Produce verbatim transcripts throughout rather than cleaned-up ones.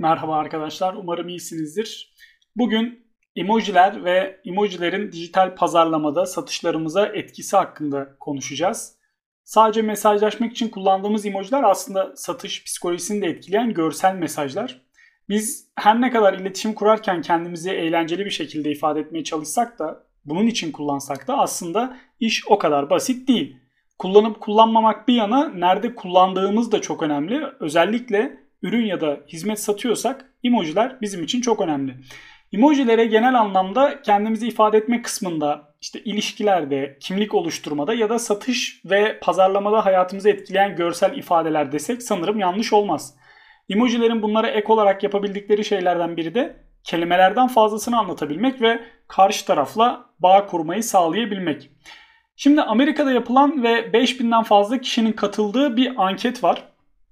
Merhaba arkadaşlar, umarım iyisinizdir. Bugün emojiler ve emojilerin dijital pazarlamada satışlarımıza etkisi hakkında konuşacağız. Sadece mesajlaşmak için kullandığımız emojiler aslında satış psikolojisini de etkileyen görsel mesajlar. Biz her ne kadar iletişim kurarken kendimizi eğlenceli bir şekilde ifade etmeye çalışsak da, bunun için kullansak da aslında iş o kadar basit değil. Kullanıp kullanmamak bir yana nerede kullandığımız da çok önemli. Özellikle ürün ya da hizmet satıyorsak emojiler bizim için çok önemli. Emojilere genel anlamda kendimizi ifade etme kısmında, işte ilişkilerde, kimlik oluşturmada ya da satış ve pazarlamada hayatımızı etkileyen görsel ifadeler desek sanırım yanlış olmaz. Emojilerin bunlara ek olarak yapabildikleri şeylerden biri de kelimelerden fazlasını anlatabilmek ve karşı tarafla bağ kurmayı sağlayabilmek. Şimdi Amerika'da yapılan ve beş binden fazla kişinin katıldığı bir anket var.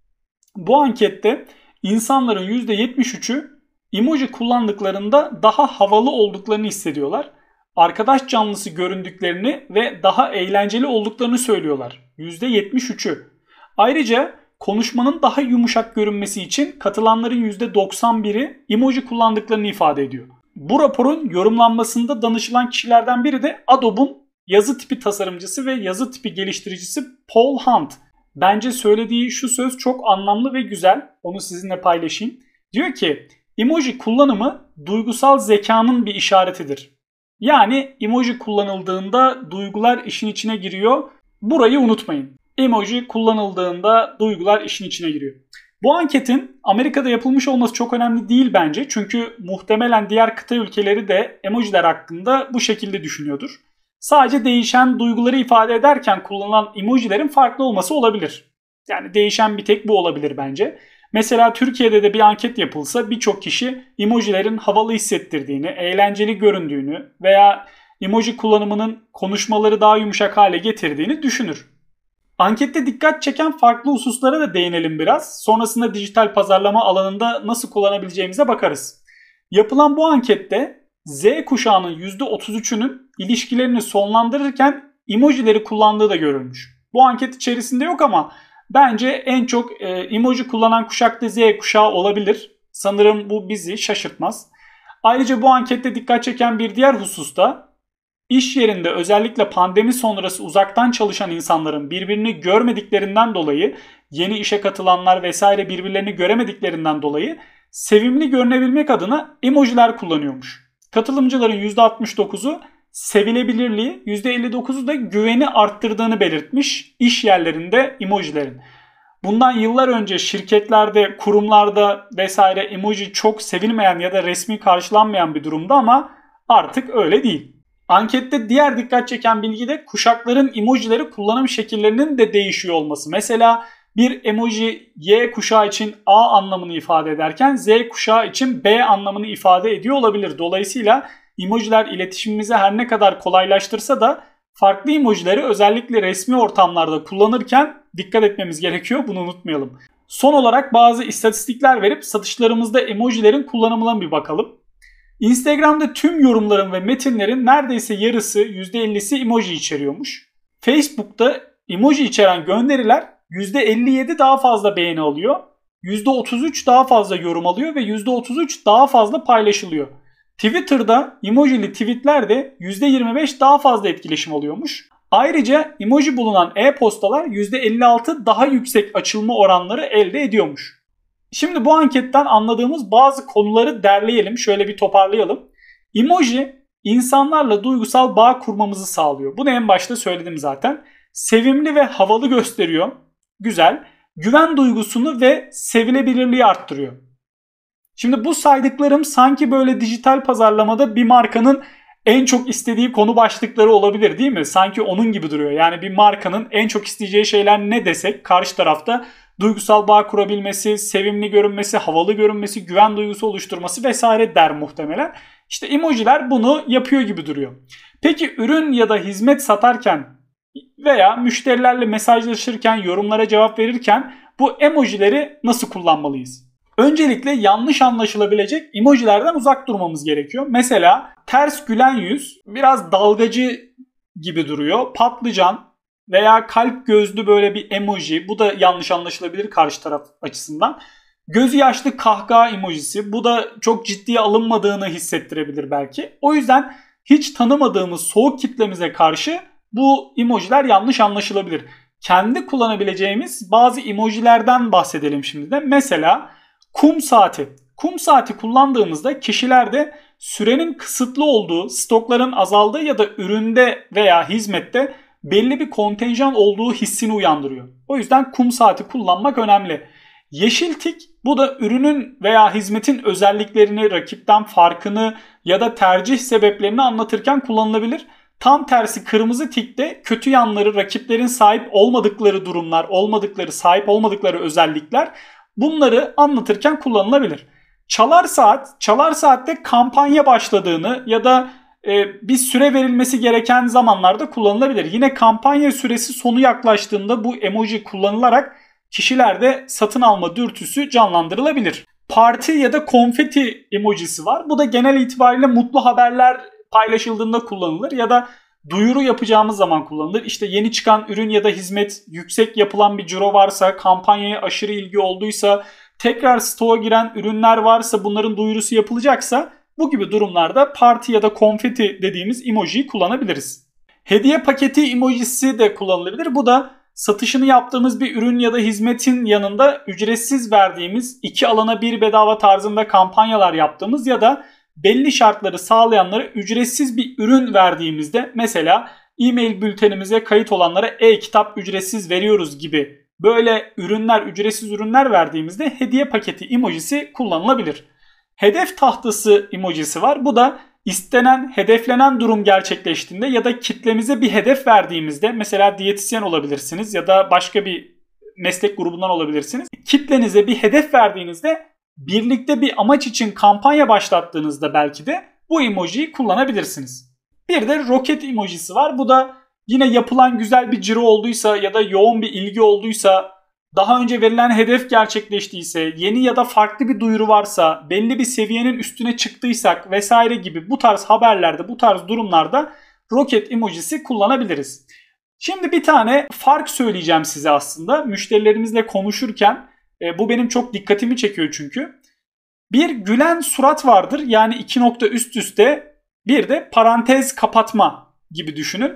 Bu ankette insanların yüzde yetmiş üçü emoji kullandıklarında daha havalı olduklarını hissediyorlar. Arkadaş canlısı göründüklerini ve daha eğlenceli olduklarını söylüyorlar. yüzde yetmiş üçü. Ayrıca konuşmanın daha yumuşak görünmesi için katılanların yüzde doksan biri emoji kullandıklarını ifade ediyor. Bu raporun yorumlanmasında danışılan kişilerden biri de Adobe'un yazı tipi tasarımcısı ve yazı tipi geliştiricisi Paul Hunt. Bence söylediği şu söz çok anlamlı ve güzel. Onu sizinle paylaşayım. Diyor ki, emoji kullanımı duygusal zekanın bir işaretidir. Yani emoji kullanıldığında duygular işin içine giriyor. Burayı unutmayın. Emoji kullanıldığında duygular işin içine giriyor. Bu anketin Amerika'da yapılmış olması çok önemli değil bence. Çünkü muhtemelen diğer kıta ülkeleri de emojiler hakkında bu şekilde düşünüyordur. Sadece değişen duyguları ifade ederken kullanılan emojilerin farklı olması olabilir. Yani değişen bir tek bu olabilir bence. Mesela Türkiye'de de bir anket yapılsa birçok kişi emojilerin havalı hissettirdiğini, eğlenceli göründüğünü veya emoji kullanımının konuşmaları daha yumuşak hale getirdiğini düşünür. Ankette dikkat çeken farklı hususlara da değinelim biraz. Sonrasında dijital pazarlama alanında nasıl kullanabileceğimize bakarız. Yapılan bu ankette Z kuşağının yüzde otuz üçünün ilişkilerini sonlandırırken emojileri kullandığı da görülmüş. Bu anket içerisinde yok ama bence en çok e, emoji kullanan kuşak da Z kuşağı olabilir. Sanırım bu bizi şaşırtmaz. Ayrıca bu ankette dikkat çeken bir diğer husus da iş yerinde özellikle pandemi sonrası uzaktan çalışan insanların birbirini görmediklerinden dolayı, yeni işe katılanlar vesaire birbirlerini göremediklerinden dolayı sevimli görünebilmek adına emojiler kullanıyormuş. Katılımcıların yüzde altmış dokuzu sevilebilirliği, yüzde elli dokuzu da güveni arttırdığını belirtmiş iş yerlerinde emojilerin. Bundan yıllar önce şirketlerde, kurumlarda vesaire emoji çok sevilmeyen ya da resmi karşılanmayan bir durumda ama artık öyle değil. Ankette diğer dikkat çeken bilgi de kuşakların emojileri kullanım şekillerinin de değişiyor olması. Mesela bir emoji Y kuşağı için A anlamını ifade ederken Z kuşağı için B anlamını ifade ediyor olabilir. Dolayısıyla emojiler iletişimimizi her ne kadar kolaylaştırsa da farklı emojileri özellikle resmi ortamlarda kullanırken dikkat etmemiz gerekiyor. Bunu unutmayalım. Son olarak bazı istatistikler verip satışlarımızda emojilerin kullanımına bir bakalım. Instagram'da tüm yorumların ve metinlerin neredeyse yarısı yüzde ellisi emoji içeriyormuş. Facebook'ta emoji içeren gönderiler yüzde elli yedi daha fazla beğeni alıyor. yüzde otuz üç daha fazla yorum alıyor ve yüzde otuz üç daha fazla paylaşılıyor. Twitter'da emojili tweetler de yüzde yirmi beş daha fazla etkileşim alıyormuş. Ayrıca emoji bulunan e-postalar yüzde elli altı daha yüksek açılma oranları elde ediyormuş. Şimdi bu anketten anladığımız bazı konuları derleyelim, şöyle bir toparlayalım. Emoji insanlarla duygusal bağ kurmamızı sağlıyor. Bunu en başta söyledim zaten. Sevimli ve havalı gösteriyor. Güzel. Güven duygusunu ve sevilebilirliği arttırıyor. Şimdi bu saydıklarım sanki böyle dijital pazarlamada bir markanın en çok istediği konu başlıkları olabilir değil mi? Sanki onun gibi duruyor. Yani bir markanın en çok isteyeceği şeyler ne desek karşı tarafta duygusal bağ kurabilmesi, sevimli görünmesi, havalı görünmesi, güven duygusu oluşturması vesaire der muhtemelen. İşte emojiler bunu yapıyor gibi duruyor. Peki ürün ya da hizmet satarken veya müşterilerle mesajlaşırken, yorumlara cevap verirken bu emojileri nasıl kullanmalıyız? Öncelikle yanlış anlaşılabilecek emojilerden uzak durmamız gerekiyor. Mesela ters gülen yüz biraz dalgacı gibi duruyor. Patlıcan veya kalp gözlü böyle bir emoji. Bu da yanlış anlaşılabilir karşı taraf açısından. Gözü yaşlı kahkaha emojisi. Bu da çok ciddiye alınmadığını hissettirebilir belki. O yüzden hiç tanımadığımız soğuk kitlemize karşı bu emojiler yanlış anlaşılabilir. Kendi kullanabileceğimiz bazı emojilerden bahsedelim şimdi de. Mesela kum saati. Kum saati kullandığımızda kişilerde sürenin kısıtlı olduğu, stokların azaldığı ya da üründe veya hizmette belli bir kontenjan olduğu hissini uyandırıyor. O yüzden kum saati kullanmak önemli. Yeşil tik, bu da ürünün veya hizmetin özelliklerini, rakipten farkını ya da tercih sebeplerini anlatırken kullanılabilir. Tam tersi kırmızı tik de kötü yanları, rakiplerin sahip olmadıkları durumlar, olmadıkları, sahip olmadıkları özellikler, bunları anlatırken kullanılabilir. Çalar saat, çalar saatte kampanya başladığını ya da e, bir süre verilmesi gereken zamanlarda kullanılabilir. Yine kampanya süresi sonu yaklaştığında bu emoji kullanılarak kişilerde satın alma dürtüsü canlandırılabilir. Parti ya da konfeti emojisi var. Bu da genel itibariyle mutlu haberler paylaşıldığında kullanılır ya da duyuru yapacağımız zaman kullanılır. İşte yeni çıkan ürün ya da hizmet, yüksek yapılan bir ciro varsa, kampanyaya aşırı ilgi olduysa, tekrar stoğa giren ürünler varsa, bunların duyurusu yapılacaksa bu gibi durumlarda parti ya da konfeti dediğimiz emojiyi kullanabiliriz. Hediye paketi emojisi de kullanılabilir. Bu da satışını yaptığımız bir ürün ya da hizmetin yanında ücretsiz verdiğimiz, iki alana bir bedava tarzında kampanyalar yaptığımız ya da belli şartları sağlayanlara ücretsiz bir ürün verdiğimizde, mesela e-mail bültenimize kayıt olanlara e-kitap ücretsiz veriyoruz gibi böyle ürünler, ücretsiz ürünler verdiğimizde hediye paketi emojisi kullanılabilir. Hedef tahtası emojisi var. Bu da istenen, hedeflenen durum gerçekleştiğinde ya da kitlemize bir hedef verdiğimizde, mesela diyetisyen olabilirsiniz ya da başka bir meslek grubundan olabilirsiniz. Kitlenize bir hedef verdiğinizde, birlikte bir amaç için kampanya başlattığınızda belki de bu emojiyi kullanabilirsiniz. Bir de roket emojisi var. Bu da yine yapılan güzel bir ciro olduysa ya da yoğun bir ilgi olduysa, daha önce verilen hedef gerçekleştiyse, yeni ya da farklı bir duyuru varsa, belli bir seviyenin üstüne çıktıysak vesaire gibi bu tarz haberlerde, bu tarz durumlarda roket emojisi kullanabiliriz. Şimdi bir tane fark söyleyeceğim size aslında. Müşterilerimizle konuşurken e, bu benim çok dikkatimi çekiyor çünkü. Bir gülen surat vardır, yani iki nokta üst üste, bir de parantez kapatma gibi düşünün.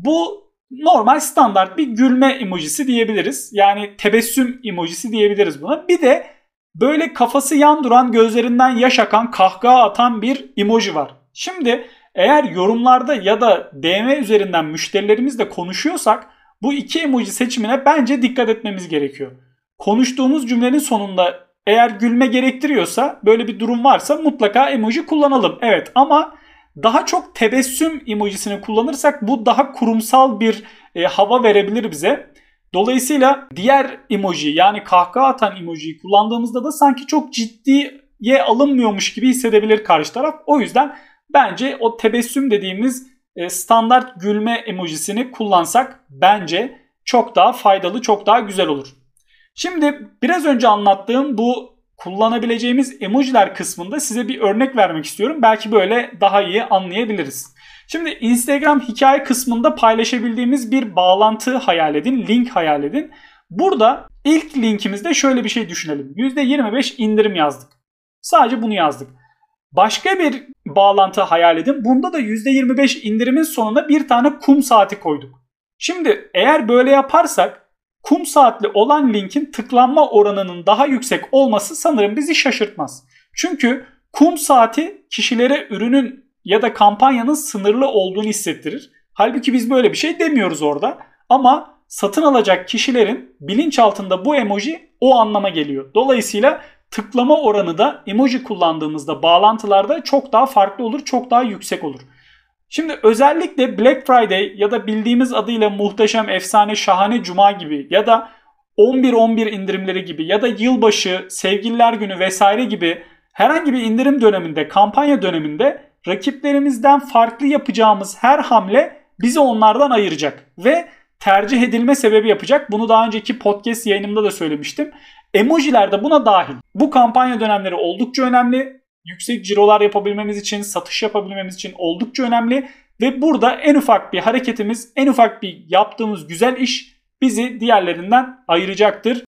Bu normal standart bir gülme emojisi diyebiliriz. Yani tebessüm emojisi diyebiliriz buna. Bir de böyle kafası yan duran, gözlerinden yaş akan, kahkaha atan bir emoji var. Şimdi eğer yorumlarda ya da D M üzerinden müşterilerimizle konuşuyorsak bu iki emoji seçimine bence dikkat etmemiz gerekiyor. Konuştuğumuz cümlenin sonunda eğer gülme gerektiriyorsa, böyle bir durum varsa mutlaka emoji kullanalım. Evet, ama daha çok tebessüm emojisini kullanırsak bu daha kurumsal bir e, hava verebilir bize. Dolayısıyla diğer emoji, yani kahkaha atan emojiyi kullandığımızda da sanki çok ciddiye alınmıyormuş gibi hissedebilir karşı taraf. O yüzden bence o tebessüm dediğimiz e, standart gülme emojisini kullansak bence çok daha faydalı, çok daha güzel olur. Şimdi biraz önce anlattığım bu kullanabileceğimiz emojiler kısmında size bir örnek vermek istiyorum. Belki böyle daha iyi anlayabiliriz. Şimdi Instagram hikaye kısmında paylaşabildiğimiz bir bağlantı hayal edin, link hayal edin. Burada ilk linkimizde şöyle bir şey düşünelim. yüzde yirmi beş indirim yazdık. Sadece bunu yazdık. Başka bir bağlantı hayal edin. Bunda da yüzde yirmi beş indirimin sonuna bir tane kum saati koyduk. Şimdi eğer böyle yaparsak, kum saatli olan linkin tıklanma oranının daha yüksek olması sanırım bizi şaşırtmaz. Çünkü kum saati kişilere ürünün ya da kampanyanın sınırlı olduğunu hissettirir. Halbuki biz böyle bir şey demiyoruz orada. Ama satın alacak kişilerin bilinçaltında bu emoji o anlama geliyor. Dolayısıyla tıklama oranı da emoji kullandığımızda bağlantılarda çok daha farklı olur, çok daha yüksek olur. Şimdi özellikle Black Friday ya da bildiğimiz adıyla muhteşem, efsane, şahane cuma gibi ya da on bir on bir indirimleri gibi ya da yılbaşı, sevgililer günü vesaire gibi herhangi bir indirim döneminde, kampanya döneminde rakiplerimizden farklı yapacağımız her hamle bizi onlardan ayıracak ve tercih edilme sebebi yapacak. Bunu daha önceki podcast yayınımda da söylemiştim. Emojiler de buna dahil. Bu kampanya dönemleri oldukça önemli. Yüksek cirolar yapabilmemiz için, satış yapabilmemiz için oldukça önemli. Ve burada en ufak bir hareketimiz, en ufak bir yaptığımız güzel iş bizi diğerlerinden ayıracaktır.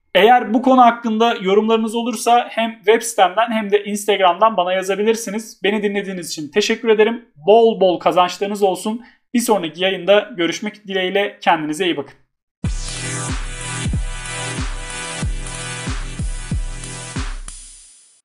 Eğer bu konu hakkında yorumlarınız olursa hem web sitemden hem de Instagram'dan bana yazabilirsiniz. Beni dinlediğiniz için teşekkür ederim. Bol bol kazançlarınız olsun. Bir sonraki yayında görüşmek dileğiyle, kendinize iyi bakın.